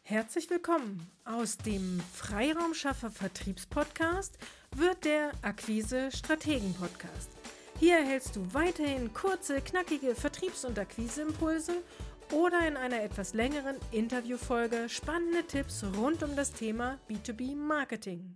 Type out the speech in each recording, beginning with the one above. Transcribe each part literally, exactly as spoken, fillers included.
Herzlich willkommen. Aus dem Freiraumschaffer Vertriebspodcast wird der Akquise Strategen Podcast. Hier erhältst du weiterhin kurze, knackige Vertriebs- und Akquiseimpulse oder in einer etwas längeren Interviewfolge spannende Tipps rund um das Thema B zwei B Marketing.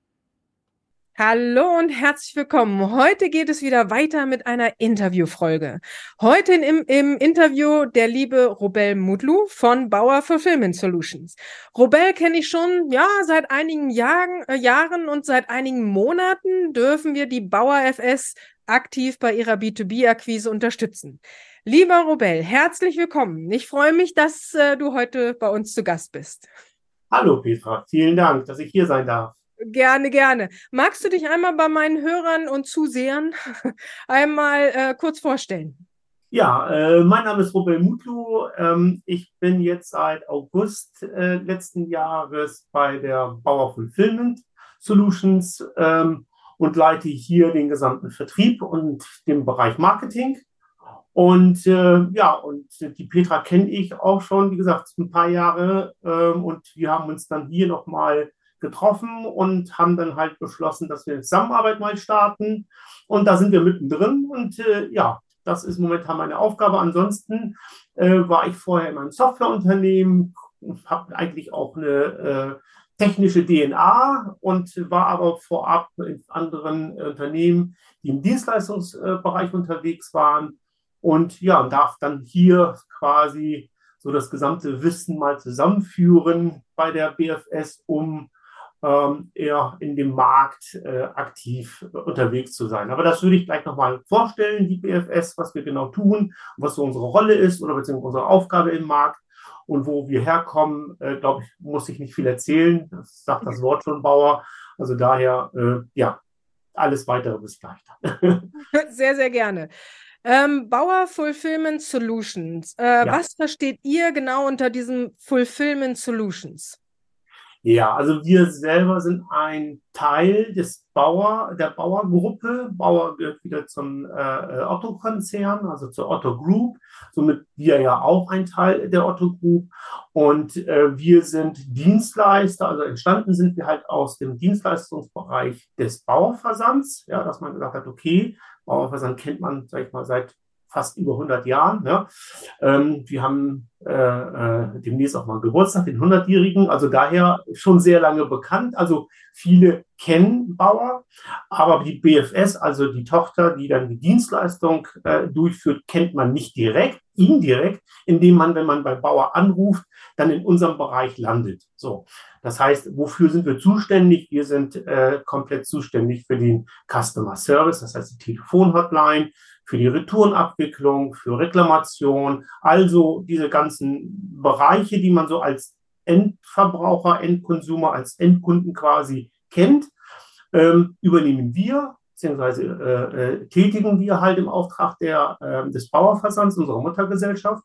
Hallo und herzlich willkommen. Heute geht es wieder weiter mit einer Interviewfolge. Heute im, im Interview der liebe Robel Mutlu von Bauer Fulfillment Solutions. Robel kenne ich schon, ja, seit einigen Jahren, äh, Jahren und seit einigen Monaten dürfen wir die Bauer F S aktiv bei ihrer B zwei B-Akquise unterstützen. Lieber Robel, herzlich willkommen. Ich freue mich, dass äh, du heute bei uns zu Gast bist. Hallo Petra, vielen Dank, dass ich hier sein darf. Gerne, gerne. Magst du dich einmal bei meinen Hörern und Zusehern einmal äh, kurz vorstellen? Ja, äh, mein Name ist Robel Mutlu. Ähm, ich bin jetzt seit August äh, letzten Jahres bei der Bauer Fulfillment Solutions ähm, und leite hier den gesamten Vertrieb und den Bereich Marketing. Und äh, ja, und die Petra kenne ich auch schon, wie gesagt, ein paar Jahre. Ähm, und wir haben uns dann hier nochmal getroffen und haben dann halt beschlossen, dass wir eine Zusammenarbeit mal starten. Und da sind wir mittendrin. Und äh, ja, das ist momentan meine Aufgabe. Ansonsten äh, war ich vorher in einem Softwareunternehmen, habe eigentlich auch eine äh, technische D N A und war aber vorab in anderen Unternehmen, die im Dienstleistungsbereich unterwegs waren. Und ja, und darf dann hier quasi so das gesamte Wissen mal zusammenführen bei der B F S, um ähm, eher in dem Markt äh, aktiv äh, unterwegs zu sein. Aber das würde ich gleich nochmal vorstellen, die B F S, was wir genau tun, was so unsere Rolle ist oder beziehungsweise unsere Aufgabe im Markt und wo wir herkommen, äh, glaube ich, muss ich nicht viel erzählen. Das sagt das Wort schon, Bauer. Also daher, äh, ja, alles weitere bis gleich dann. Sehr, sehr gerne. Ähm, Bauer Fulfillment Solutions. Äh, Ja. was versteht ihr genau unter diesem Fulfillment Solutions? Ja, also wir selber sind ein Teil des Bauer, der Bauer-Gruppe. Bauer gehört wieder zum äh, Otto-Konzern, also zur Otto Group. Somit wir ja auch ein Teil der Otto Group. Und äh, wir sind Dienstleister, also entstanden sind wir halt aus dem Dienstleistungsbereich des Bauerversands. Ja, dass man gesagt hat, okay, Bauerversand kennt man, sag ich mal, seit fast über hundert Jahren. Ja. Ähm, wir haben äh, äh, demnächst auch mal Geburtstag, den hundertjährigen, also daher schon sehr lange bekannt. Also viele kennen Bauer, aber die B F S, also die Tochter, die dann die Dienstleistung äh, durchführt, kennt man nicht direkt, indirekt, indem man, wenn man bei Bauer anruft, dann in unserem Bereich landet. So, das heißt, wofür sind wir zuständig? Wir sind äh, komplett zuständig für den Customer Service, das heißt die Telefonhotline, für die Retourenabwicklung, für Reklamation, also diese ganzen Bereiche, die man so als Endverbraucher, Endkonsumer, als Endkunden quasi kennt, ähm, übernehmen wir, beziehungsweise äh, äh, tätigen wir halt im Auftrag der, äh, des Bauerversands, unserer Muttergesellschaft,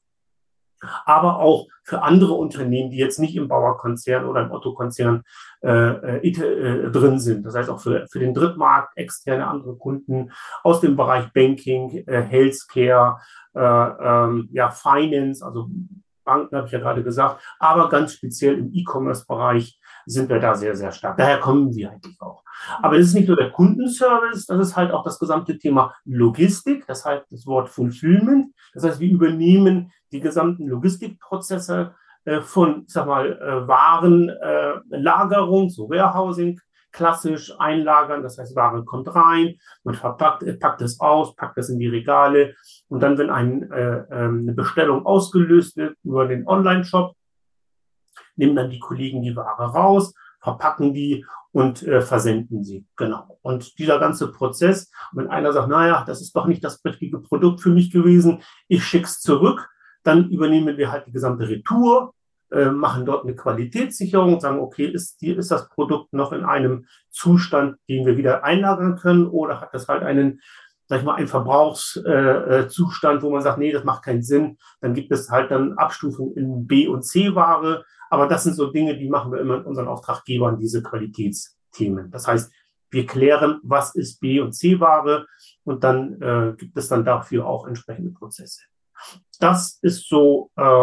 aber auch für andere Unternehmen, die jetzt nicht im Bauerkonzern oder im Otto-Konzern äh, äh, drin sind. Das heißt auch für, für den Drittmarkt, externe andere Kunden aus dem Bereich Banking, äh, Healthcare, äh, ähm, ja, Finance, also Banken habe ich ja gerade gesagt, aber ganz speziell im E-Commerce-Bereich sind wir da sehr, sehr stark. Daher kommen wir eigentlich auch. Aber es ist nicht nur der Kundenservice, das ist halt auch das gesamte Thema Logistik, das heißt das Wort Fulfillment. Das heißt, wir übernehmen die gesamten Logistikprozesse äh, von, sag mal, äh, Warenlagerung, äh, so Warehousing, klassisch einlagern, das heißt, Ware kommt rein, man verpackt, äh, packt es aus, packt es in die Regale und dann, wenn ein, äh, eine Bestellung ausgelöst wird über den Online-Shop, nehmen dann die Kollegen die Ware raus, verpacken die und äh, versenden sie. Genau. Und dieser ganze Prozess, wenn einer sagt, naja, das ist doch nicht das richtige Produkt für mich gewesen, ich schicke es zurück, dann übernehmen wir halt die gesamte Retour, äh, machen dort eine Qualitätssicherung, sagen, okay, ist, die, ist das Produkt noch in einem Zustand, den wir wieder einlagern können oder hat das halt einen, sag ich mal, einen Verbrauchszustand, äh, wo man sagt, nee, das macht keinen Sinn. Dann gibt es halt dann Abstufungen in B- und C-Ware. Aber das sind so Dinge, die machen wir immer in unseren Auftraggebern, diese Qualitätsthemen. Das heißt, wir klären, was ist B- und C-Ware und dann äh, gibt es dann dafür auch entsprechende Prozesse. Das ist so ähm,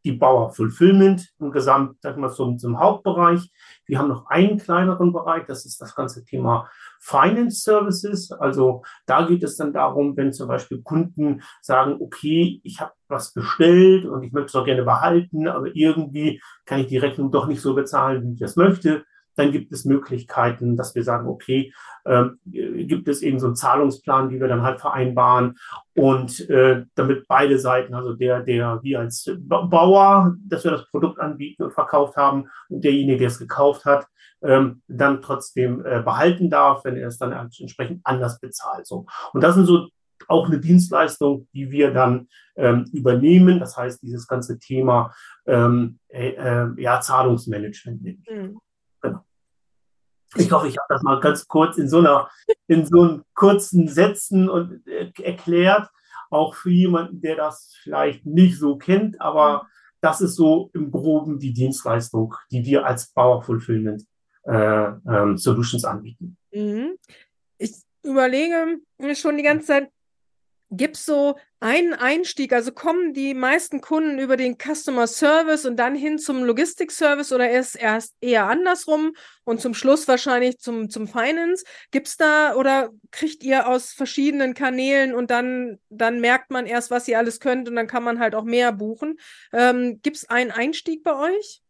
die Bauer Fulfillment im Gesamt, sag ich mal, zum, zum Hauptbereich. Wir haben noch einen kleineren Bereich, das ist das ganze Thema Finance Services. Also da geht es dann darum, wenn zum Beispiel Kunden sagen, okay, ich habe was bestellt und ich möchte es auch gerne behalten, aber irgendwie kann ich die Rechnung doch nicht so bezahlen, wie ich das möchte. Dann gibt es Möglichkeiten, dass wir sagen, okay, äh, gibt es eben so einen Zahlungsplan, die wir dann halt vereinbaren und äh, damit beide Seiten, also der, der wir als Bauer, dass wir das Produkt anbieten und verkauft haben und derjenige, der es gekauft hat, ähm, dann trotzdem äh, behalten darf, wenn er es dann entsprechend anders bezahlt. So. Und das sind so auch eine Dienstleistung, die wir dann ähm, übernehmen. Das heißt, dieses ganze Thema ähm, äh, äh, ja, Zahlungsmanagement. Mhm. Genau. Ich hoffe, ich habe das mal ganz kurz in so einer, in so einem kurzen Sätzen und äh, erklärt, auch für jemanden, der das vielleicht nicht so kennt, aber das ist so im Groben die Dienstleistung, die wir als Bauer Fulfillment äh, ähm, Solutions anbieten. Mhm. Ich überlege mir schon die ganze Zeit, gibt es so einen Einstieg, also kommen die meisten Kunden über den Customer Service und dann hin zum Logistik-Service oder ist erst eher andersrum und zum Schluss wahrscheinlich zum, zum Finance? Gibt es da oder kriegt ihr aus verschiedenen Kanälen und dann, dann merkt man erst, was ihr alles könnt und dann kann man halt auch mehr buchen? Ähm, gibt es einen Einstieg bei euch?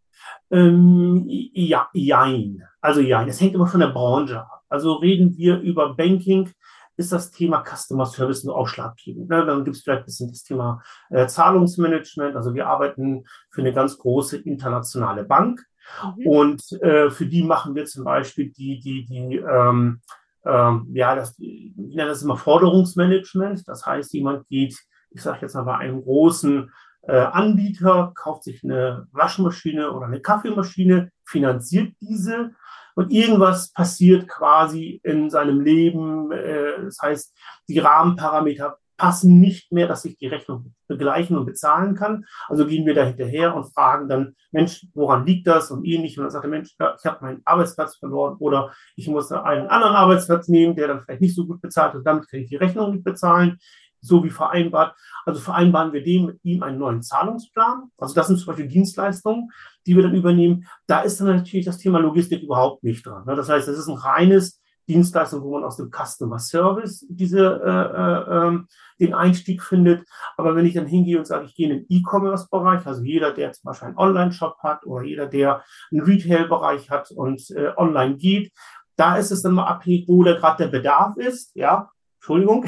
Ähm, ja, jein. Also jein. Das hängt immer von der Branche ab. Also reden wir über Banking, ist das Thema Customer Service nur ausschlaggebend. Ne? Dann gibt es vielleicht ein bisschen das Thema äh, Zahlungsmanagement. Also wir arbeiten für eine ganz große internationale Bank. Mhm. Und äh, für die machen wir zum Beispiel die, die, die, ähm, ähm, ja, das, ich nenne das immer Forderungsmanagement. Das heißt, jemand geht, ich sage jetzt mal bei einem großen äh, Anbieter, kauft sich eine Waschmaschine oder eine Kaffeemaschine, finanziert diese und irgendwas passiert quasi in seinem Leben. Äh, das heißt, die Rahmenparameter passen nicht mehr, dass ich die Rechnung begleichen und bezahlen kann. Also gehen wir da hinterher und fragen dann, Mensch, woran liegt das und ähnlich. Und dann sagt der Mensch, ja, ich habe meinen Arbeitsplatz verloren oder ich muss einen anderen Arbeitsplatz nehmen, der dann vielleicht nicht so gut bezahlt ist. Damit kann ich die Rechnung nicht bezahlen, so wie vereinbart. Also vereinbaren wir dem mit ihm einen neuen Zahlungsplan. Also das sind zum Beispiel Dienstleistungen, die wir dann übernehmen. Da ist dann natürlich das Thema Logistik überhaupt nicht dran. Das heißt, das ist ein reines Dienstleistung, wo man aus dem Customer Service diese, äh, äh, den Einstieg findet. Aber wenn ich dann hingehe und sage, ich gehe in den E-Commerce-Bereich, also jeder, der zum Beispiel einen Online-Shop hat oder jeder, der einen Retail-Bereich hat und äh, online geht, da ist es dann mal abhängig, wo da gerade der Bedarf ist. Ja, Entschuldigung.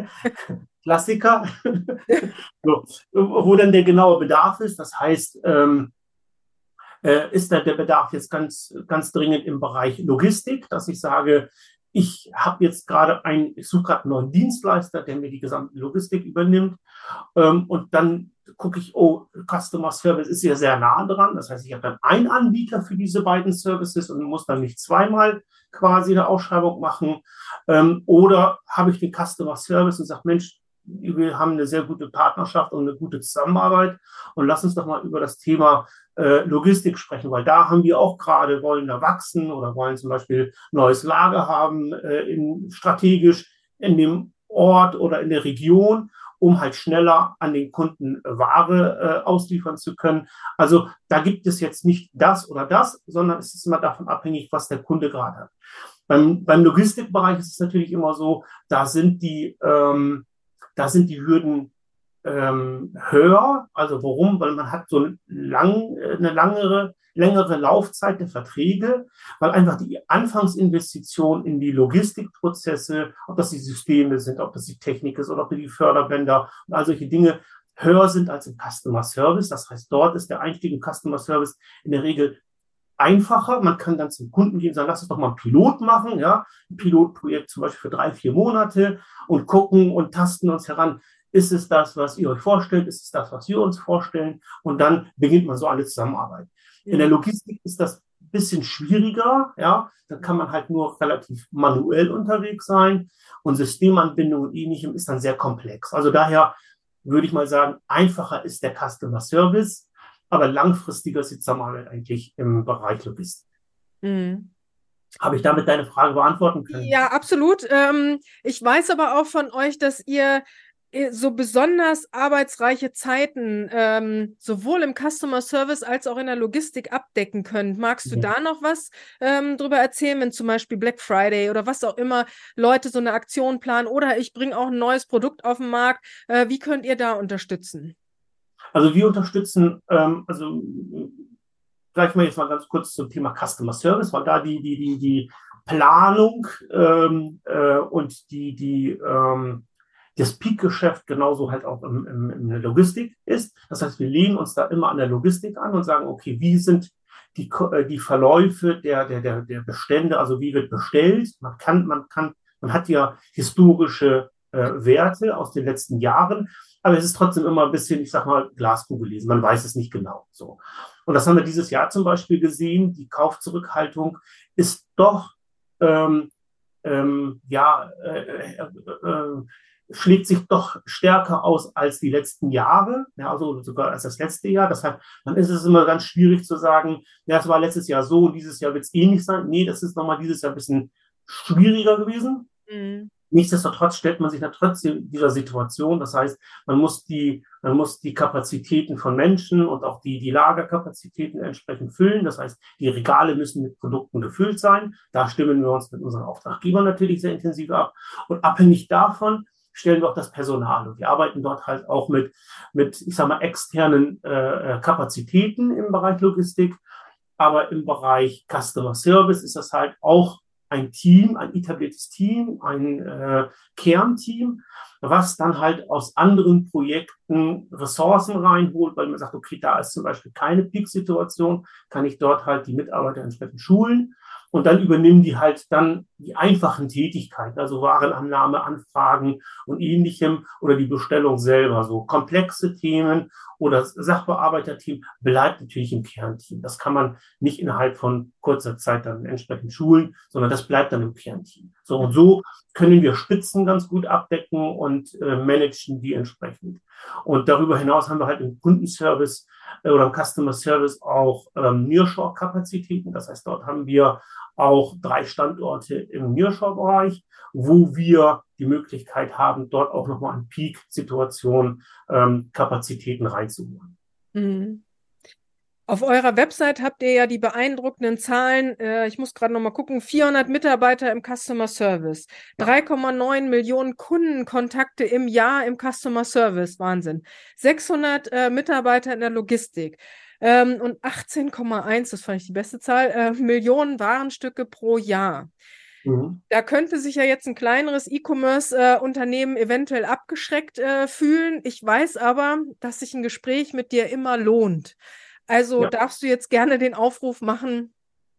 Klassiker, so, wo dann der genaue Bedarf ist. Das heißt, ähm, äh, ist da der Bedarf jetzt ganz, ganz dringend im Bereich Logistik, dass ich sage, ich habe jetzt gerade einen, ich suche gerade einen neuen Dienstleister, der mir die gesamte Logistik übernimmt. Ähm, und dann gucke ich, oh, Customer Service ist ja sehr nah dran. Das heißt, ich habe dann einen Anbieter für diese beiden Services und muss dann nicht zweimal quasi eine Ausschreibung machen. Ähm, oder habe ich den Customer Service und sage, Mensch, wir haben eine sehr gute Partnerschaft und eine gute Zusammenarbeit und lass uns doch mal über das Thema äh, Logistik sprechen, weil da haben wir auch gerade, wollen da wachsen oder wollen zum Beispiel neues Lager haben, äh, in, strategisch in dem Ort oder in der Region, um halt schneller an den Kunden Ware äh, ausliefern zu können. Also da gibt es jetzt nicht das oder das, sondern es ist immer davon abhängig, was der Kunde gerade hat. Beim, beim Logistikbereich ist es natürlich immer so, da sind die ähm, Da sind die Hürden ähm, höher. Also warum? Weil man hat so eine, lang, eine langere, längere Laufzeit der Verträge, weil einfach die Anfangsinvestition in die Logistikprozesse, ob das die Systeme sind, ob das die Technik ist oder ob die Förderbänder und all solche Dinge höher sind als im Customer Service. Das heißt, dort ist der Einstieg im Customer Service in der Regel einfacher. Man kann dann zum Kunden gehen und sagen, lass uns doch mal ein Pilot machen, ja, ein Pilotprojekt zum Beispiel für drei, vier Monate und gucken und tasten uns heran. Ist es das, was ihr euch vorstellt? Ist es das, was wir uns vorstellen? Und dann beginnt man so alle Zusammenarbeit. Ja. In der Logistik ist das ein bisschen schwieriger, ja. Da kann man halt nur relativ manuell unterwegs sein und Systemanbindung und ähnlichem ist dann sehr komplex. Also daher würde ich mal sagen, einfacher ist der Customer Service, aber langfristiger ist die Zusammenarbeit eigentlich im Bereich Logistik. Mhm. Habe ich damit deine Frage beantworten können? Ja, absolut. Ähm, ich weiß aber auch von euch, dass ihr so besonders arbeitsreiche Zeiten ähm, sowohl im Customer Service als auch in der Logistik abdecken könnt. Magst du Ja. da noch was ähm, drüber erzählen, wenn zum Beispiel Black Friday oder was auch immer Leute so eine Aktion planen oder ich bringe auch ein neues Produkt auf den Markt? Äh, wie könnt ihr da unterstützen? Also wir unterstützen, ähm, also gleich mal jetzt mal ganz kurz zum Thema Customer Service, weil da die, die, die, die Planung ähm, äh, und die, die, ähm, das Peak-Geschäft genauso halt auch im, im, in der Logistik ist. Das heißt, wir lehnen uns da immer an der Logistik an und sagen, okay, wie sind die, die Verläufe der, der, der, der Bestände, also wie wird bestellt? Man kann, man kann, man hat ja historische äh, Werte aus den letzten Jahren, aber es ist trotzdem immer ein bisschen, ich sag mal, Glaskugel lesen. Man weiß es nicht genau. So. Und das haben wir dieses Jahr zum Beispiel gesehen. Die Kaufzurückhaltung ist doch, ähm, ähm, ja, äh, äh, äh, schlägt sich doch stärker aus als die letzten Jahre, ja, also sogar als das letzte Jahr. Deshalb, dann ist es immer ganz schwierig zu sagen, ja, es war letztes Jahr so und dieses Jahr wird es ähnlich sein. Nee, das ist nochmal dieses Jahr ein bisschen schwieriger gewesen. Mhm. Nichtsdestotrotz stellt man sich dann trotzdem dieser Situation. Das heißt, man muss die, man muss die Kapazitäten von Menschen und auch die, die Lagerkapazitäten entsprechend füllen. Das heißt, die Regale müssen mit Produkten gefüllt sein. Da stimmen wir uns mit unseren Auftraggebern natürlich sehr intensiv ab. Und abhängig davon stellen wir auch das Personal. Und wir arbeiten dort halt auch mit, mit ich sag mal, externen äh, Kapazitäten im Bereich Logistik. Aber im Bereich Customer Service ist das halt auch ein Team, ein etabliertes Team, ein äh, Kernteam, was dann halt aus anderen Projekten Ressourcen reinholt, weil man sagt, okay, da ist zum Beispiel keine Peak-Situation, kann ich dort halt die Mitarbeiter entsprechend schulen und dann übernehmen die halt dann die einfachen Tätigkeiten, also Warenannahme, Anfragen und ähnlichem oder die Bestellung selber. So komplexe Themen oder das Sachbearbeiterteam bleibt natürlich im Kernteam. Das kann man nicht innerhalb von kurzer Zeit dann entsprechend schulen, sondern das bleibt dann im Kernteam. So und so können wir Spitzen ganz gut abdecken und äh, managen die entsprechend. Und darüber hinaus haben wir halt im Kundenservice äh, oder im Customer Service auch ähm, Nearshore-Kapazitäten. Das heißt, dort haben wir auch drei Standorte im Nearshore-Bereich, wo wir die Möglichkeit haben, dort auch nochmal an Peak-Situationen ähm, Kapazitäten reinzuholen. Mhm. Auf eurer Website habt ihr ja die beeindruckenden Zahlen, äh, ich muss gerade noch mal gucken, vierhundert Mitarbeiter im Customer Service, drei Komma neun Millionen Kundenkontakte im Jahr im Customer Service, Wahnsinn, sechshundert äh, Mitarbeiter in der Logistik ähm, und achtzehn Komma eins, das fand ich die beste Zahl, äh, Millionen Warenstücke pro Jahr. Mhm. Da könnte sich ja jetzt ein kleineres E-Commerce-Unternehmen äh, eventuell abgeschreckt äh, fühlen. Ich weiß aber, dass sich ein Gespräch mit dir immer lohnt. Also ja. Darfst du jetzt gerne den Aufruf machen,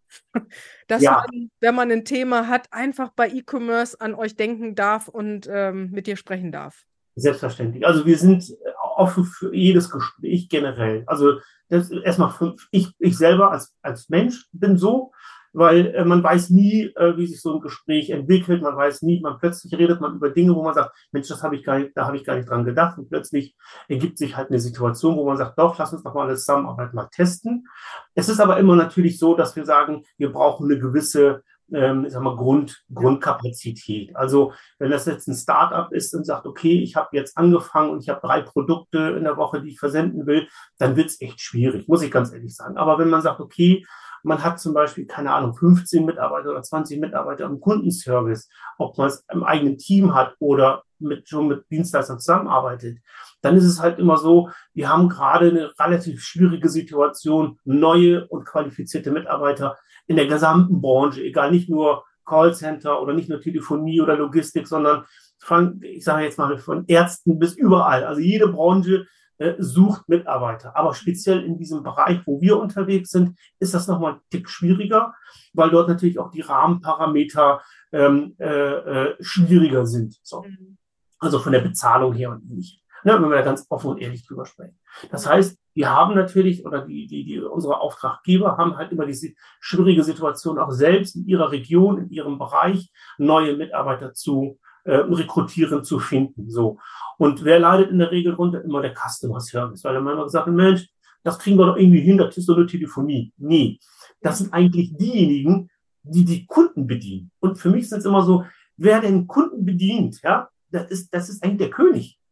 dass ja. man, wenn man ein Thema hat, einfach bei E-Commerce an euch denken darf und ähm, mit dir sprechen darf. Selbstverständlich. Also wir sind offen für jedes Gespräch generell. Also das erstmal für, ich, ich selber als, als Mensch bin so, weil äh, man weiß nie, äh, wie sich so ein Gespräch entwickelt. Man weiß nie, man plötzlich redet man über Dinge, wo man sagt, Mensch, das habe ich gar nicht, da habe ich gar nicht dran gedacht. Und plötzlich ergibt sich halt eine Situation, wo man sagt, doch, lass uns doch mal eine Zusammenarbeit mal testen. Es ist aber immer natürlich so, dass wir sagen, wir brauchen eine gewisse ähm, ich sag mal, Grund, Grundkapazität. Also wenn das jetzt ein Startup ist und sagt, okay, ich habe jetzt angefangen und ich habe drei Produkte in der Woche, die ich versenden will, dann wird es echt schwierig, muss ich ganz ehrlich sagen. Aber wenn man sagt, okay, man hat zum Beispiel, keine Ahnung, fünfzehn Mitarbeiter oder zwanzig Mitarbeiter im Kundenservice, ob man es im eigenen Team hat oder mit, schon mit Dienstleistern zusammenarbeitet, dann ist es halt immer so, wir haben gerade eine relativ schwierige Situation, neue und qualifizierte Mitarbeiter in der gesamten Branche, egal, nicht nur Callcenter oder nicht nur Telefonie oder Logistik, sondern von, ich sage jetzt mal, von Ärzten bis überall. Also jede Branche äh, sucht Mitarbeiter. Aber speziell in diesem Bereich, wo wir unterwegs sind, ist das nochmal ein Tick schwieriger, weil dort natürlich auch die Rahmenparameter ähm, äh, äh, schwieriger sind. So. Also von der Bezahlung her und ähnlichem. Ne, wenn wir da ganz offen und ehrlich drüber sprechen. Das heißt, wir haben natürlich, oder die, die, die, unsere Auftraggeber haben halt immer diese schwierige Situation, auch selbst in ihrer Region, in ihrem Bereich, neue Mitarbeiter zu äh, rekrutieren, zu finden. So. Und wer leidet in der Regel runter? Immer der Customer Service. Weil dann haben wir gesagt, Mensch, das kriegen wir doch irgendwie hin, das ist doch eine Telefonie. Nee, das sind eigentlich diejenigen, die die Kunden bedienen. Und für mich sind es immer so, wer den Kunden bedient, ja, das ist, das ist eigentlich der König.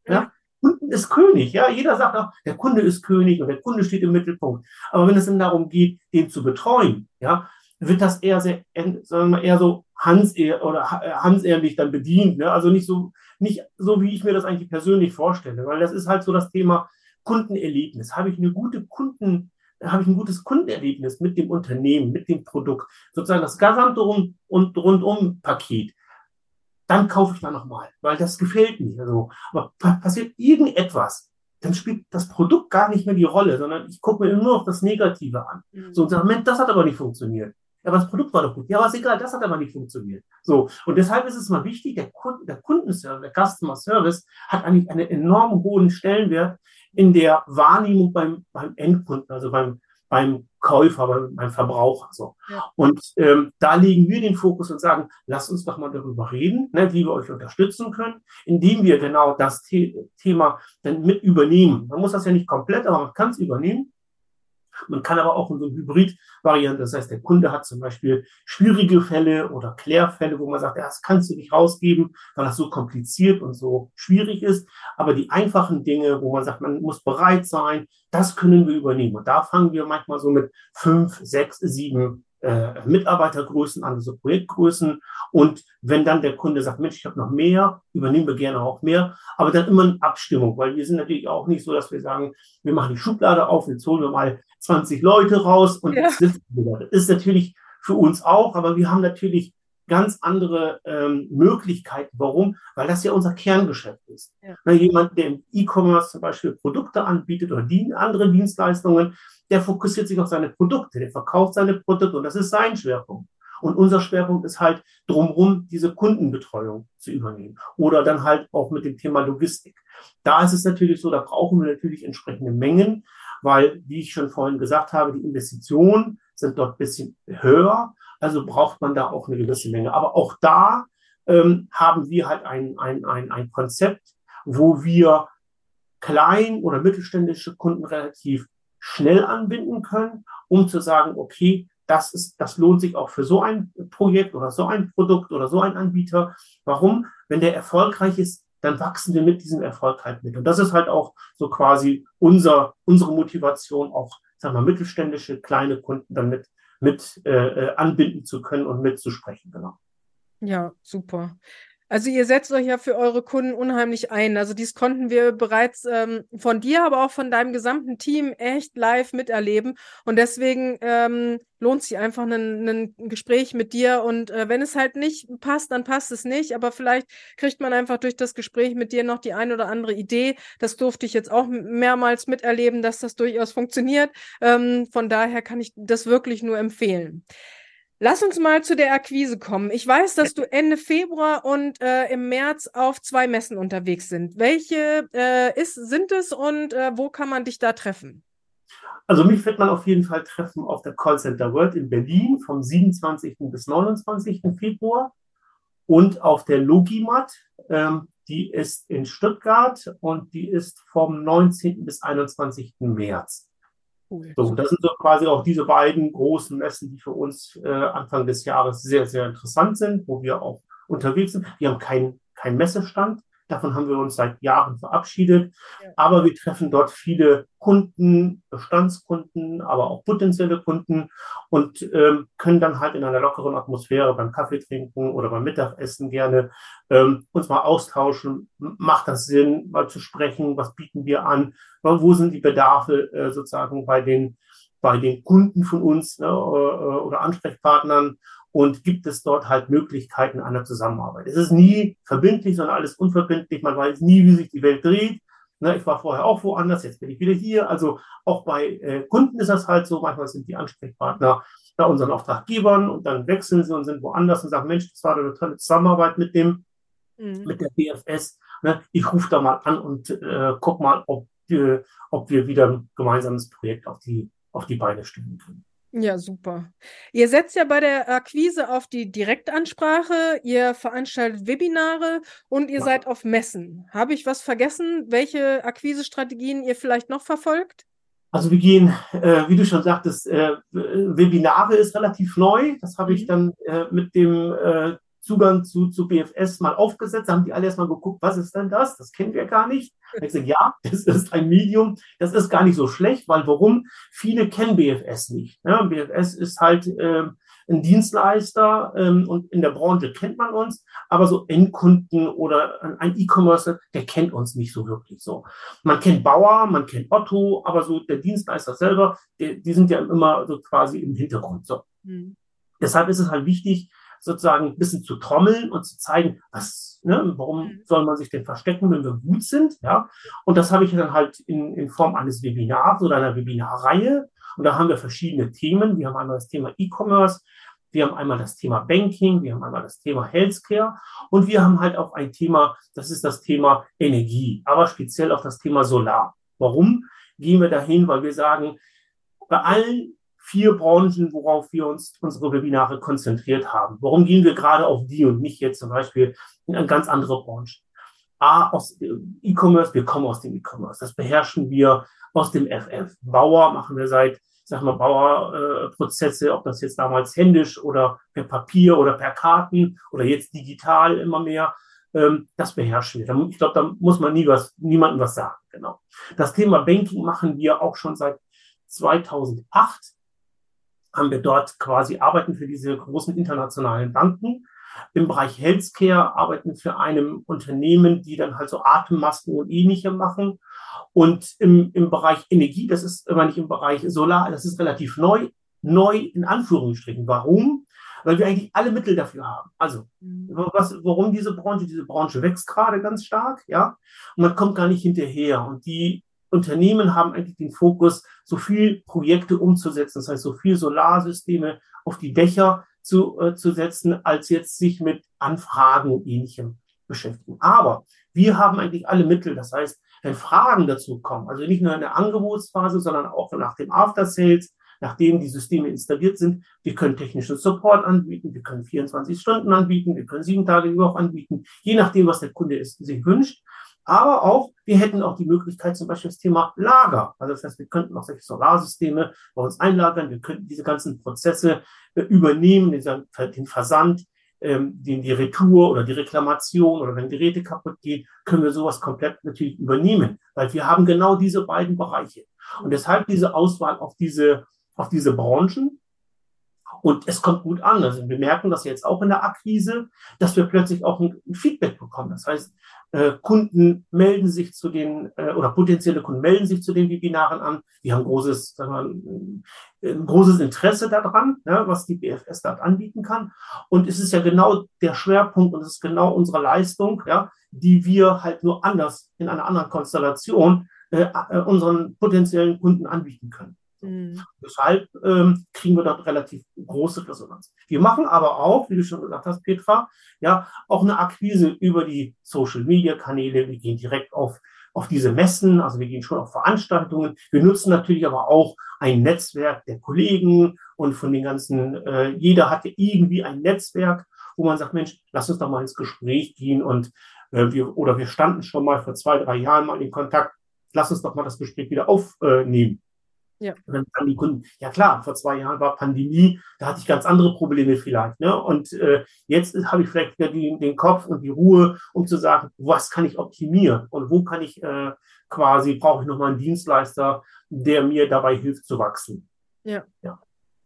Ja? Kunden ist König, ja. Jeder sagt auch, der Kunde ist König und der Kunde steht im Mittelpunkt. Aber wenn es dann darum geht, den zu betreuen, ja, wird das eher sehr, sagen wir, eher so Hans oder Hansehrlich dann bedient, ne? Also nicht so, nicht so, wie ich mir das eigentlich persönlich vorstelle, weil das ist halt so das Thema Kundenerlebnis. Habe ich eine gute Kunden, habe ich ein gutes Kundenerlebnis mit dem Unternehmen, mit dem Produkt, sozusagen das gesamte Rund- und Rundum-Paket, dann kaufe ich da nochmal, weil das gefällt mir. Also, aber passiert irgendetwas, dann spielt das Produkt gar nicht mehr die Rolle, sondern ich gucke mir nur noch das Negative an. Mhm. So und sage, Mensch, das hat aber nicht funktioniert. Ja, aber das Produkt war doch gut. Ja, aber ist egal, das hat aber nicht funktioniert. So, und deshalb ist es mal wichtig, der, Kunden, der Kundenservice, der Customer Service hat eigentlich einen enorm hohen Stellenwert in der Wahrnehmung beim, beim Endkunden, also beim, beim Käufer, beim, beim Verbraucher. So. Ja. Und ähm, da legen wir den Fokus und sagen, lasst uns doch mal darüber reden, ne, wie wir euch unterstützen können, indem wir genau das The- Thema dann mit übernehmen. Man muss das ja nicht komplett, aber man kann es übernehmen. Man kann aber auch in so einer Hybrid-Variante, das heißt, der Kunde hat zum Beispiel schwierige Fälle oder Klärfälle, wo man sagt, ja, das kannst du nicht rausgeben, weil das so kompliziert und so schwierig ist. Aber die einfachen Dinge, wo man sagt, man muss bereit sein, das können wir übernehmen. Und da fangen wir manchmal so mit fünf, sechs, sieben äh, Mitarbeitergrößen an, also Projektgrößen. Und wenn dann der Kunde sagt, Mensch, ich habe noch mehr, übernehmen wir gerne auch mehr, aber dann immer in Abstimmung, weil wir sind natürlich auch nicht so, dass wir sagen, wir machen die Schublade auf, jetzt holen wir mal zwanzig Leute raus und ja. sitzen wieder. Das ist natürlich für uns auch, aber wir haben natürlich ganz andere ähm, Möglichkeiten. Warum? Weil das ja unser Kerngeschäft ist. Ja. Na, jemand, der im E-Commerce zum Beispiel Produkte anbietet oder die, andere Dienstleistungen, der fokussiert sich auf seine Produkte, der verkauft seine Produkte und das ist sein Schwerpunkt. Und unser Schwerpunkt ist halt drumherum, diese Kundenbetreuung zu übernehmen. Oder dann halt auch mit dem Thema Logistik. Da ist es natürlich so, da brauchen wir natürlich entsprechende Mengen, weil, wie ich schon vorhin gesagt habe, die Investitionen sind dort ein bisschen höher. Also braucht man da auch eine gewisse Menge. Aber auch da ähm, haben wir halt ein, ein, ein, ein Konzept, wo wir klein- oder mittelständische Kunden relativ schnell anbinden können, um zu sagen, okay, das ist, das lohnt sich auch für so ein Projekt oder so ein Produkt oder so ein Anbieter. Warum? Wenn der erfolgreich ist, dann wachsen wir mit diesem Erfolg halt mit. Und das ist halt auch so quasi unser, unsere Motivation, auch, sagen wir, mittelständische, kleine Kunden dann mit, mit äh, anbinden zu können und mitzusprechen, genau. Ja, super. Also ihr setzt euch ja für eure Kunden unheimlich ein. Also dies konnten wir bereits ähm, von dir, aber auch von deinem gesamten Team echt live miterleben. Und deswegen ähm, lohnt sich einfach ein, ein Gespräch mit dir. Und äh, wenn es halt nicht passt, dann passt es nicht. Aber vielleicht kriegt man einfach durch das Gespräch mit dir noch die ein oder andere Idee. Das durfte ich jetzt auch mehrmals miterleben, dass das durchaus funktioniert. Ähm, von daher kann ich das wirklich nur empfehlen. Lass uns mal zu der Akquise kommen. Ich weiß, dass du Ende Februar und äh, im März auf zwei Messen unterwegs sind. Welche äh, ist, sind es und äh, wo kann man dich da treffen? Also mich wird man auf jeden Fall treffen auf der Callcenter World in Berlin vom siebenundzwanzigsten bis neunundzwanzigsten Februar und auf der Logimat, ähm, die ist in Stuttgart und die ist vom neunzehnten bis einundzwanzigsten März. Cool. So, das sind so quasi auch diese beiden großen Messen, die für uns äh, Anfang des Jahres sehr, sehr interessant sind, wo wir auch unterwegs sind. Wir haben keinen kein Messestand, davon haben wir uns seit Jahren verabschiedet, ja. Aber wir treffen dort viele Kunden, Bestandskunden, aber auch potenzielle Kunden und ähm, können dann halt in einer lockeren Atmosphäre beim Kaffee trinken oder beim Mittagessen gerne ähm, uns mal austauschen. Macht das Sinn, mal zu sprechen? Was bieten wir an? Wo sind die Bedarfe äh, sozusagen bei den, bei den Kunden von uns, ne, oder, oder Ansprechpartnern? Und gibt es dort halt Möglichkeiten einer Zusammenarbeit? Es ist nie verbindlich, sondern alles unverbindlich. Man weiß nie, wie sich die Welt dreht. Ne, ich war vorher auch woanders, jetzt bin ich wieder hier. Also auch bei äh, Kunden ist das halt so. Manchmal sind die Ansprechpartner bei unseren Auftraggebern und dann wechseln sie und sind woanders und sagen, Mensch, das war eine tolle Zusammenarbeit mit dem, mhm. mit der B F S. Ne, ich rufe da mal an und äh, guck mal, ob, äh, ob wir wieder ein gemeinsames Projekt auf die, auf die Beine stellen können. Ja, super. Ihr setzt ja bei der Akquise auf die Direktansprache, ihr veranstaltet Webinare und ihr ja. seid auf Messen. Habe ich was vergessen, welche Akquisestrategien ihr vielleicht noch verfolgt? Also wir gehen, äh, wie du schon sagtest, äh, Webinare ist relativ neu. Das habe mhm. ich dann äh, mit dem äh, Zugang zu, zu B F S mal aufgesetzt, da haben die alle erstmal geguckt, was ist denn das? Das kennen wir gar nicht. Da habe ich gesagt, ja, das ist ein Medium, das ist gar nicht so schlecht, weil warum? Viele kennen B F S nicht. Ja, B F S ist halt äh, ein Dienstleister ähm, und in der Branche kennt man uns, aber so Endkunden oder ein E-Commerce, der kennt uns nicht so wirklich so. Man kennt Bauer, man kennt Otto, aber so der Dienstleister selber, die, die sind ja immer so quasi im Hintergrund. So. Mhm. Deshalb ist es halt wichtig, sozusagen ein bisschen zu trommeln und zu zeigen, was, ne, warum soll man sich denn verstecken, wenn wir gut sind, ja. Und das habe ich dann halt in, in Form eines Webinars oder einer Webinarreihe. Und da haben wir verschiedene Themen. Wir haben einmal das Thema E-Commerce, wir haben einmal das Thema Banking, wir haben einmal das Thema Healthcare und wir haben halt auch ein Thema, das ist das Thema Energie, aber speziell auch das Thema Solar. Warum gehen wir dahin? Weil wir sagen, bei allen vier Branchen, worauf wir uns unsere Webinare konzentriert haben. Warum gehen wir gerade auf die und nicht jetzt zum Beispiel in ganz andere Branchen? A, aus E-Commerce, wir kommen aus dem E-Commerce. Das beherrschen wir aus dem F F. Bauer machen wir seit, sag mal, Bauerprozesse, äh, ob das jetzt damals händisch oder per Papier oder per Karten oder jetzt digital immer mehr. Ähm, das beherrschen wir. Ich glaube, da muss man nie was, niemandem was sagen. Genau. Das Thema Banking machen wir auch schon seit zweitausendacht. Haben wir dort quasi arbeiten für diese großen internationalen Banken. Im Bereich Healthcare arbeiten für einem Unternehmen, die dann halt so Atemmasken und ähnliche machen. Und im, im Bereich Energie, das ist aber nicht im Bereich Solar, das ist relativ neu, neu in Anführungsstrichen. Warum? Weil wir eigentlich alle Mittel dafür haben. Also, was, warum diese Branche? Diese Branche wächst gerade ganz stark, ja. Und man kommt gar nicht hinterher. Und die Unternehmen haben eigentlich den Fokus, so viel Projekte umzusetzen, das heißt, so viel Solarsysteme auf die Dächer zu, äh, zu setzen, als jetzt sich mit Anfragen und Ähnlichem beschäftigen. Aber wir haben eigentlich alle Mittel, das heißt, wenn Fragen dazu kommen, also nicht nur in der Angebotsphase, sondern auch nach dem After Sales, nachdem die Systeme installiert sind, wir können technischen Support anbieten, wir können vierundzwanzig Stunden anbieten, wir können sieben Tage die Woche anbieten, je nachdem, was der Kunde ist, sich wünscht. Aber auch, wir hätten auch die Möglichkeit, zum Beispiel das Thema Lager. Also das heißt, wir könnten auch solche Solarsysteme bei uns einlagern. Wir könnten diese ganzen Prozesse äh, übernehmen, den, den Versand, ähm, die, die Retour oder die Reklamation oder wenn Geräte kaputt gehen, können wir sowas komplett natürlich übernehmen, weil wir haben genau diese beiden Bereiche. Und deshalb diese Auswahl auf diese, auf diese Branchen. Und es kommt gut an. Also wir merken das jetzt auch in der Akquise, dass wir plötzlich auch ein Feedback bekommen. Das heißt, äh, Kunden melden sich zu den, äh, oder potenzielle Kunden melden sich zu den Webinaren an. Die haben großes, sagen wir, ein, ein großes Interesse daran, ja, was die B F S dort anbieten kann. Und es ist ja genau der Schwerpunkt und es ist genau unsere Leistung, ja, die wir halt nur anders, in einer anderen Konstellation, äh, äh, unseren potenziellen Kunden anbieten können. Mhm. Deshalb ähm, kriegen wir dort relativ große Resonanz. Wir machen aber auch, wie du schon gesagt hast, Petra, ja, auch eine Akquise über die Social-Media-Kanäle. Wir gehen direkt auf, auf diese Messen, also wir gehen schon auf Veranstaltungen. Wir nutzen natürlich aber auch ein Netzwerk der Kollegen und von den ganzen, äh, jeder hat ja irgendwie ein Netzwerk, wo man sagt, Mensch, lass uns doch mal ins Gespräch gehen und äh, wir, oder wir standen schon mal vor zwei, drei Jahren mal in Kontakt, lass uns doch mal das Gespräch wieder aufnehmen. Ja. Und dann sagen die Kunden, ja klar, vor zwei Jahren war Pandemie, da hatte ich ganz andere Probleme vielleicht. Ne? Und äh, jetzt habe ich vielleicht wieder die, den Kopf und die Ruhe, um zu sagen, was kann ich optimieren und wo kann ich äh, quasi, brauche ich nochmal einen Dienstleister, der mir dabei hilft zu wachsen. Ja. Ja.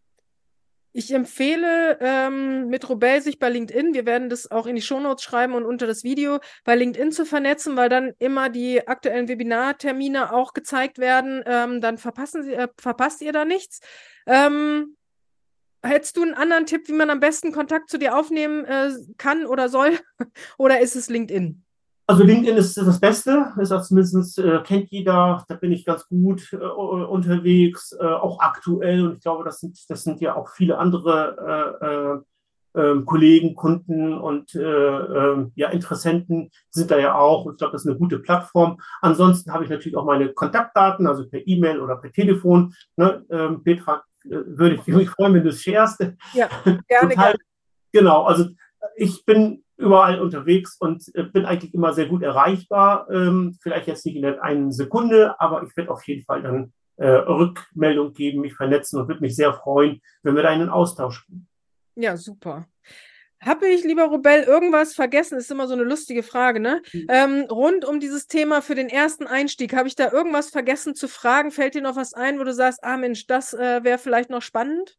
Ich empfehle ähm, mit Robel sich bei LinkedIn, wir werden das auch in die Shownotes schreiben und unter das Video, bei LinkedIn zu vernetzen, weil dann immer die aktuellen Webinartermine auch gezeigt werden. Ähm, dann verpassen Sie, äh, verpasst ihr da nichts. Ähm, hättest du einen anderen Tipp, wie man am besten Kontakt zu dir aufnehmen äh, kann oder soll? Oder ist es LinkedIn? Also LinkedIn ist das Beste, ist das zumindest äh, kennt jeder, da bin ich ganz gut äh, unterwegs, äh, auch aktuell und ich glaube, das sind, das sind ja auch viele andere äh, äh, Kollegen, Kunden und äh, äh, ja, Interessenten sind da ja auch. Ich glaube, das ist eine gute Plattform. Ansonsten habe ich natürlich auch meine Kontaktdaten, also per E-Mail oder per Telefon. Ne? Ähm, Petra, äh, würde ich mich freuen, wenn du es sharest. Ja, gerne, Total, gerne. Genau, also ich bin überall unterwegs und äh, bin eigentlich immer sehr gut erreichbar. Ähm, vielleicht jetzt nicht in der einen Sekunde, aber ich werde auf jeden Fall dann äh, Rückmeldung geben, mich vernetzen und würde mich sehr freuen, wenn wir da in einen Austausch gehen. Ja, super. Habe ich, lieber Robel, irgendwas vergessen? Ist immer so eine lustige Frage, ne? Ähm, rund um dieses Thema für den ersten Einstieg, habe ich da irgendwas vergessen zu fragen? Fällt dir noch was ein, wo du sagst, ah Mensch, das äh, wäre vielleicht noch spannend?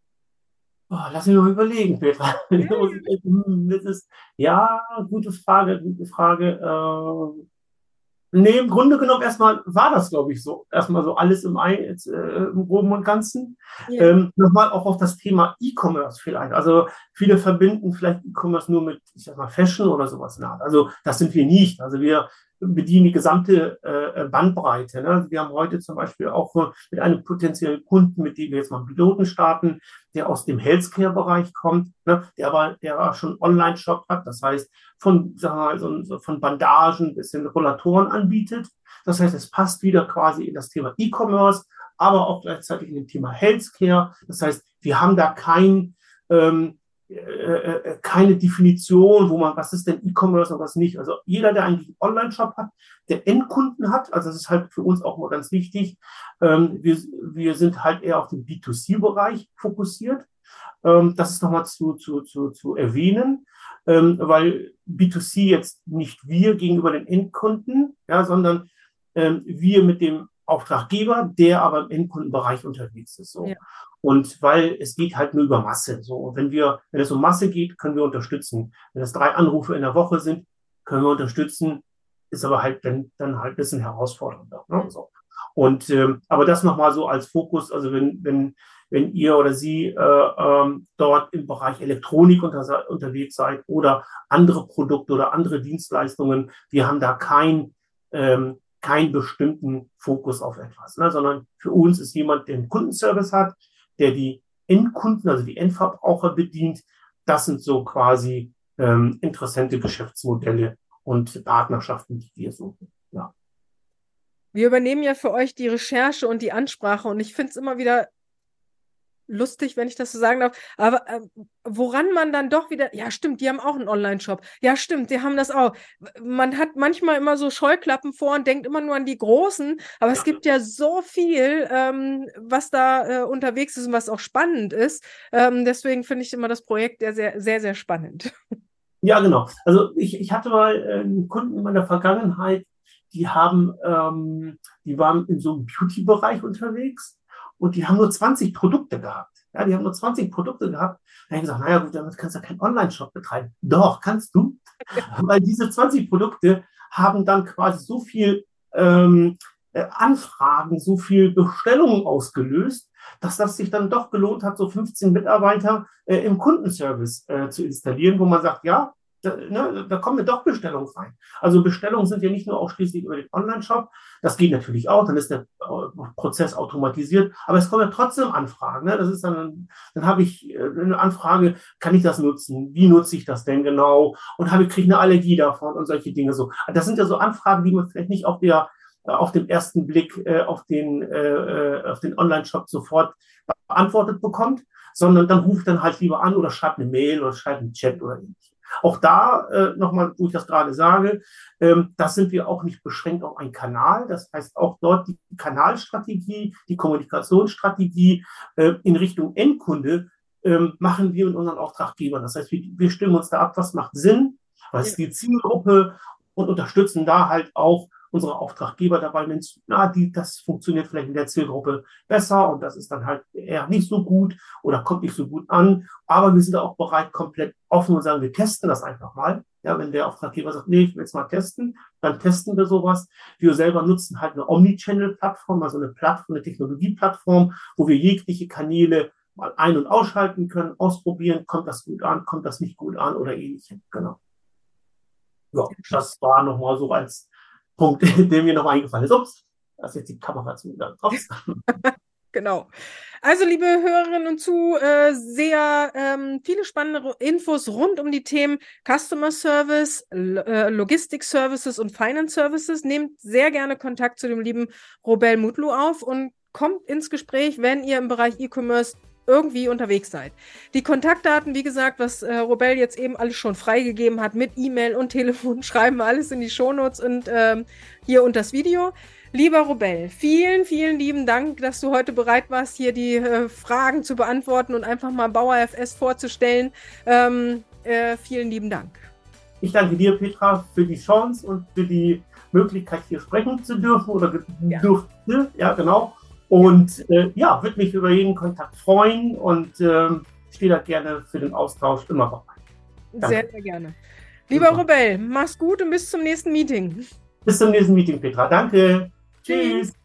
Oh, lass mich mal überlegen, Petra. Ja, Das ist, ja, gute Frage, gute Frage. Äh, Nee, im Grunde genommen erstmal war das, glaube ich, so. Erstmal so alles im, Ei, jetzt, äh, im Groben und Ganzen. ja, Ähm, nochmal auch auf das Thema E-Commerce vielleicht. Also viele verbinden vielleicht E-Commerce nur mit, ich sag mal, Fashion oder sowas nach. Also das sind wir nicht. Also wir bedienen die gesamte äh, Bandbreite. Ne? Also wir haben heute zum Beispiel auch äh, mit einem potenziellen Kunden, mit dem wir jetzt mal einen Piloten starten, der aus dem Healthcare-Bereich kommt, ne? der aber der aber schon einen Online-Shop hat. Das heißt, von, sagen wir mal, so, so von Bandagen bis hin Rollatoren anbietet. Das heißt, es passt wieder quasi in das Thema E-Commerce, aber auch gleichzeitig in dem Thema Healthcare. Das heißt, wir haben da kein, ähm, äh, äh, keine Definition, wo man, was ist denn E-Commerce und was nicht. Also jeder, der eigentlich einen Online-Shop hat, der Endkunden hat, also das ist halt für uns auch mal ganz wichtig, ähm, wir, wir sind halt eher auf den B zwei C-Bereich fokussiert. Ähm, das ist nochmal zu, zu, zu, zu erwähnen, ähm, weil B zwei C jetzt nicht wir gegenüber den Endkunden, ja, sondern ähm, wir mit dem Auftraggeber, der aber im Endkundenbereich unterwegs ist. So. ja. Und weil es geht halt nur über Masse. So. Und wenn wir, wenn es um Masse geht, können wir unterstützen. Wenn es drei Anrufe in der Woche sind, können wir unterstützen. Ist aber halt dann, dann halt ein bisschen herausfordernder. Ne? So. Und ähm, aber das nochmal so als Fokus, also wenn, wenn, wenn ihr oder Sie äh, ähm, dort im Bereich Elektronik unter, unterwegs seid oder andere Produkte oder andere Dienstleistungen, wir haben da kein, ähm, keinen bestimmten Fokus auf etwas, ne? Sondern für uns ist jemand, der einen Kundenservice hat, der die Endkunden, also die Endverbraucher bedient. Das sind so quasi ähm, interessante Geschäftsmodelle und Partnerschaften, die wir suchen. Ja. Wir übernehmen ja für euch die Recherche und die Ansprache und ich finde es immer wieder lustig, wenn ich das so sagen darf, aber äh, woran man dann doch wieder, ja stimmt, die haben auch einen Online-Shop, ja stimmt, die haben das auch. Man hat manchmal immer so Scheuklappen vor und denkt immer nur an die Großen, aber es gibt ja so viel, ähm, was da äh, unterwegs ist und was auch spannend ist. Ähm, deswegen finde ich immer das Projekt sehr, sehr, sehr, sehr spannend. Ja, genau. Also ich, ich hatte mal äh, einen Kunden in meiner Vergangenheit, die haben, ähm, die waren in so einem Beauty-Bereich unterwegs und die haben nur zwanzig Produkte gehabt. Ja, die haben nur zwanzig Produkte gehabt. Da habe ich gesagt, naja gut, damit kannst du ja keinen Online-Shop betreiben. Doch, kannst du. Weil diese zwanzig Produkte haben dann quasi so viel ähm, äh, Anfragen, so viel Bestellungen ausgelöst, dass das sich dann doch gelohnt hat, so fünfzehn Mitarbeiter äh, im Kundenservice äh, zu installieren, wo man sagt, ja, da, ne, da kommen mir doch Bestellungen rein. Also Bestellungen sind ja nicht nur ausschließlich über den Online-Shop, das geht natürlich auch, dann ist der Prozess automatisiert, aber es kommen ja trotzdem Anfragen. Ne? Das ist dann, dann habe ich eine Anfrage, kann ich das nutzen? Wie nutze ich das denn genau? Und habe ich kriege eine Allergie davon und solche Dinge so. Das sind ja so Anfragen, die man vielleicht nicht auf der auf den ersten Blick äh, auf den, äh, auf den Online-Shop sofort beantwortet bekommt, sondern dann ruft dann halt lieber an oder schreibt eine Mail oder schreibt einen Chat oder ähnliches. Auch da äh, nochmal, wo ich das gerade sage, ähm, das sind wir auch nicht beschränkt auf einen Kanal. Das heißt auch dort die Kanalstrategie, die Kommunikationsstrategie äh, in Richtung Endkunde ähm, machen wir mit unseren Auftraggebern. Das heißt, wir, wir stimmen uns da ab, was macht Sinn, was ist die Zielgruppe und unterstützen da halt auch unsere Auftraggeber dabei, Mensch, na, die, das funktioniert vielleicht in der Zielgruppe besser und das ist dann halt eher nicht so gut oder kommt nicht so gut an. Aber wir sind auch bereit, komplett offen und sagen, wir testen das einfach mal. Ja, wenn der Auftraggeber sagt, nee, ich will jetzt mal testen, dann testen wir sowas. Wir selber nutzen halt eine Omnichannel-Plattform, also eine Plattform, eine Technologieplattform, wo wir jegliche Kanäle mal ein- und ausschalten können, ausprobieren, kommt das gut an, kommt das nicht gut an oder ähnliches. Genau. Ja, das war nochmal so als Punkt, der mir noch eingefallen ist. Ups, da ist jetzt die Kamera zugegangen. Ups. Genau. Also, liebe Hörerinnen und Zuseher, ähm, viele spannende Infos rund um die Themen Customer Service, äh, Logistik Services und Finance Services. Nehmt sehr gerne Kontakt zu dem lieben Robel Mutlu auf und kommt ins Gespräch, wenn ihr im Bereich E-Commerce irgendwie unterwegs seid. Die Kontaktdaten, wie gesagt, was äh, Robel jetzt eben alles schon freigegeben hat, mit E-Mail und Telefon, schreiben wir alles in die Shownotes und ähm, hier unter das Video. Lieber Robel, vielen, vielen lieben Dank, dass du heute bereit warst, hier die äh, Fragen zu beantworten und einfach mal Bauer F S vorzustellen. Ähm, Äh, vielen lieben Dank. Ich danke dir, Petra, für die Chance und für die Möglichkeit, hier sprechen zu dürfen oder Ja. dürfte. Ja, genau. Und äh, ja, würde mich über jeden Kontakt freuen und ähm, stehe da gerne für den Austausch immer bereit. Danke. Sehr, sehr gerne. Lieber Super. Robel, mach's gut und bis zum nächsten Meeting. Bis zum nächsten Meeting, Petra. Danke. Tschüss. Tschüss.